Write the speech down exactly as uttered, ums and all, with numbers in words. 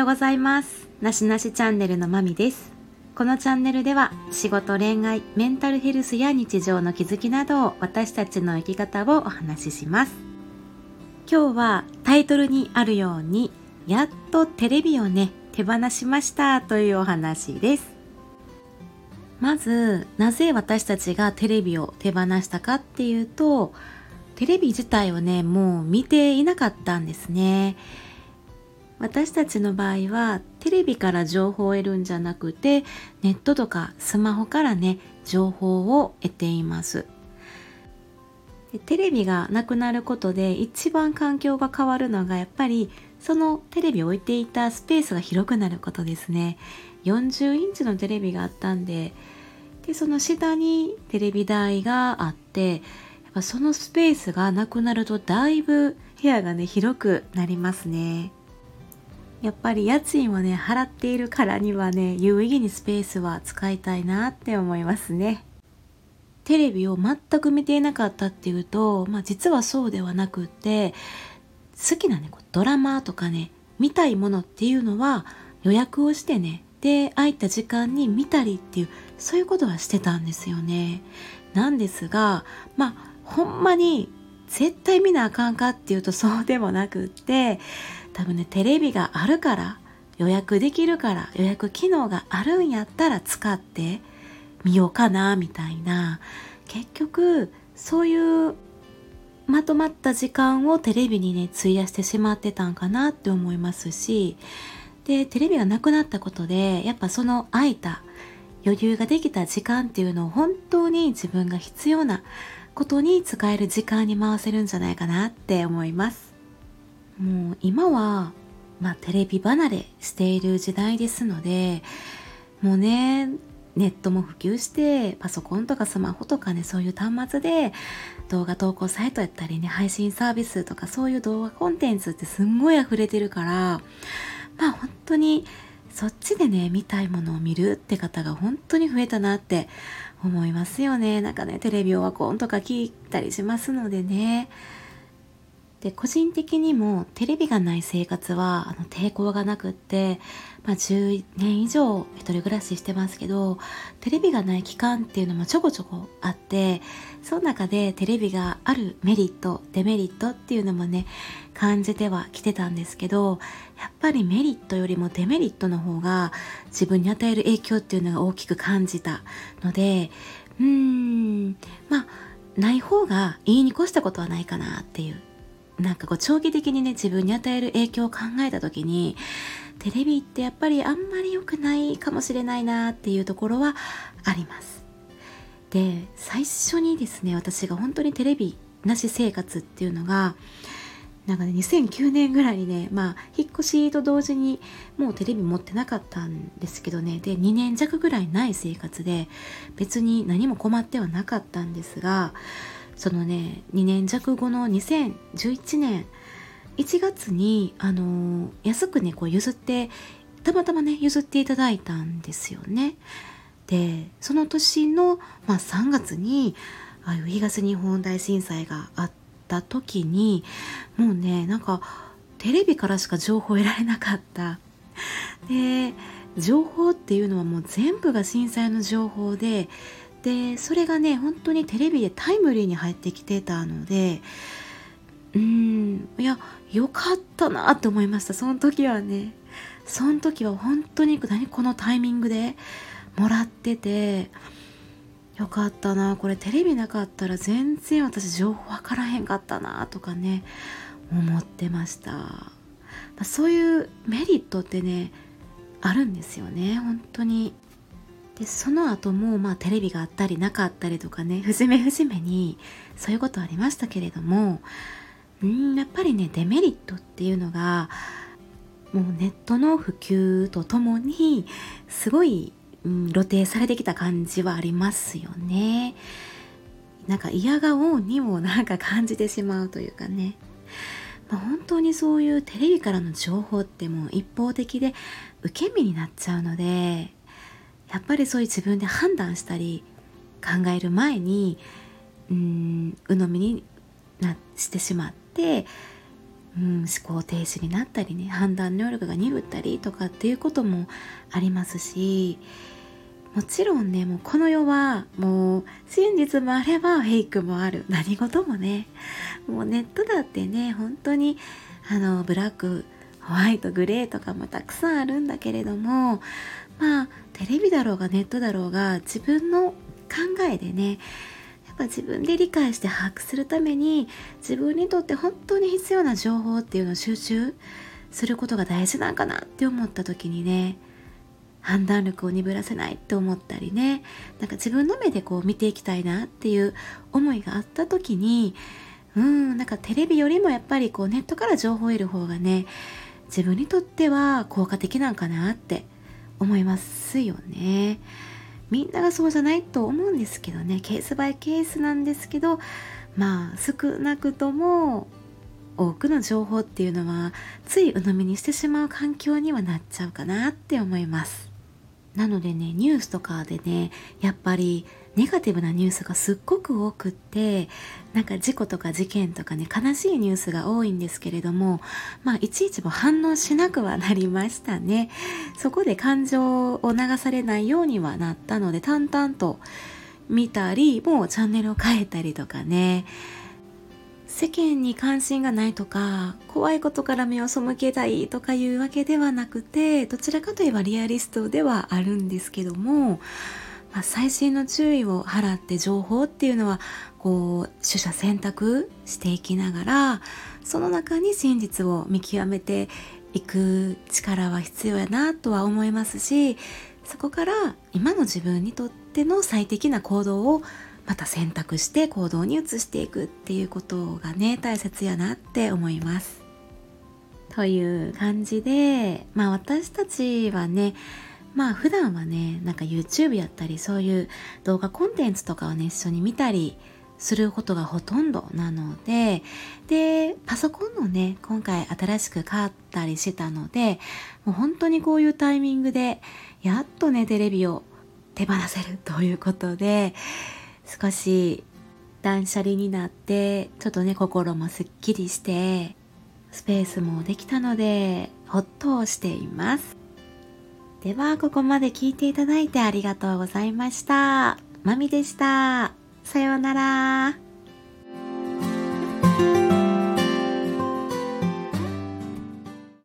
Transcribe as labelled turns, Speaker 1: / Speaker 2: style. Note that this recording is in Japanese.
Speaker 1: ございます。なしなしチャンネルのまみです。このチャンネルでは仕事、恋愛、メンタルヘルスや日常の気づきなどを私たちの生き方をお話しします。今日はタイトルにあるようにやっとテレビをね手放しましたというお話です。まずなぜ私たちがテレビを手放したかっていうと、テレビ自体をねもう見ていなかったんですね。私たちの場合はテレビから情報を得るんじゃなくて、ネットとかスマホからね情報を得ています。でテレビがなくなることで一番環境が変わるのが、やっぱりそのテレビを置いていたスペースが広くなることですね。よんじゅうインチのテレビがあったんで、でその下にテレビ台があって、やっぱそのスペースがなくなるとだいぶ部屋がね広くなりますね。やっぱり家賃をね払っているからにはね、有意義にスペースは使いたいなって思いますね。テレビを全く見ていなかったっていうと、まあ実はそうではなくって、好きなねこうドラマとかね見たいものっていうのは予約をしてね、で空いた時間に見たりっていう、そういうことはしてたんですよね。なんですが、まあほんまに絶対見なあかんかっていうとそうでもなくって、多分ねテレビがあるから、予約できるから、予約機能があるんやったら使ってみようかなみたいな、結局そういうまとまった時間をテレビにね費やしてしまってたんかなって思いますし、でテレビがなくなったことで、やっぱその空いた余裕ができた時間っていうのを本当に自分が必要なことに使える時間に回せるんじゃないかなって思います。もう今は、まあ、テレビ離れしている時代ですので、もうねネットも普及して、パソコンとかスマホとかね、そういう端末で動画投稿サイトやったりね、配信サービスとかそういう動画コンテンツってすんごい溢れてるから、まあ本当にそっちでね見たいものを見るって方が本当に増えたなって思いますよね。なんかねテレビオワコンとか聞いたりしますのでね。で個人的にもテレビがない生活はあの抵抗がなくって、まあ、じゅうねん以上一人暮らししてますけど、テレビがない期間っていうのもちょこちょこあって、その中でテレビがあるメリットデメリットっていうのもね感じてはきてたんですけど、やっぱりメリットよりもデメリットの方が自分に与える影響っていうのが大きく感じたので、うーんまあない方がいいに越したことはないかなっていう、なんかこう長期的にね自分に与える影響を考えた時に、テレビってやっぱりあんまり良くないかもしれないなっていうところはあります。で最初にですね、私が本当にテレビなし生活っていうのがなんかねにせんきゅうねんぐらいにね、まあ引っ越しと同時にもうテレビ持ってなかったんですけどね、でにねん弱ぐらいない生活で別に何も困ってはなかったんですが、そのねにねん弱後のにせんじゅういちねんいちがつにあのー安くねこう譲って、たまたまね譲っていただいたんですよね。でその年の、まあ、さんがつにああいう東日本大震災があった時に、もうねなんかテレビからしか情報を得られなかった。で情報っていうのはもう全部が震災の情報で、でそれがね本当にテレビでタイムリーに入ってきてたので、うーんいや良かったなって思いました。その時はね、その時は本当に何このタイミングでもらってて、よかったな、これテレビなかったら全然私情報わからへんかったなとかね思ってました。まあ、そういうメリットってねあるんですよね本当に。でその後もまあテレビがあったりなかったりとかね、節目節目にそういうことありましたけれども、うんやっぱりねデメリットっていうのがもうネットの普及とともにすごい、うん、露呈されてきた感じはありますよね。なんか嫌がおうにもなんか感じてしまうというかね、まあ、本当にそういうテレビからの情報ってもう一方的で受け身になっちゃうので、やっぱりそういう自分で判断したり考える前にうーん鵜呑みになしてしまって、 うん、思考停止になったりね、判断能力が鈍ったりとかっていうこともありますし、もちろんね、もうこの世はもう真実もあればフェイクもある。何事もね、もうネットだってね、本当にあのブラック、ホワイト、グレーとかもたくさんあるんだけれども、まあテレビだろうがネットだろうが自分の考えでね、やっぱ自分で理解して把握するために、自分にとって本当に必要な情報っていうのを収集することが大事なんかなって思った時にね、判断力を鈍らせないって思ったりね、なんか自分の目でこう見ていきたいなっていう思いがあった時に、うんなんかテレビよりもやっぱりこうネットから情報を得る方がね、自分にとっては効果的なんかなって思いますよね。みんながそうじゃないと思うんですけどね、ケースバイケースなんですけど、まあ少なくとも多くの情報っていうのはつい鵜呑みにしてしまう環境にはなっちゃうかなって思います。なのでね、ニュースとかでね、やっぱりネガティブなニュースがすっごく多くって、なんか事故とか事件とかね、悲しいニュースが多いんですけれども、まあいちいちも反応しなくはなりましたね。そこで感情を流されないようにはなったので、淡々と見たり、もうチャンネルを変えたりとかね、世間に関心がないとか怖いことから目を背けたいとかいうわけではなくて、どちらかといえばリアリストではあるんですけども、まあ、細心の注意を払って情報っていうのはこう取捨選択していきながら、その中に真実を見極めていく力は必要やなとは思いますし、そこから今の自分にとっての最適な行動をまた選択して行動に移していくっていうことがね、大切やなって思います。という感じで、まあ私たちはね、まあ普段はね、なんか YouTube やったりそういう動画コンテンツとかをね、一緒に見たりすることがほとんどなので、で、パソコンのね、今回新しく買ったりしたので、もう本当にこういうタイミングで、やっとね、テレビを手放せるということで、少し断捨離になってちょっとね心もすっきりしてスペースもできたのでほっとしています。ではここまで聞いていただいてありがとうございました。まみでした。さようなら。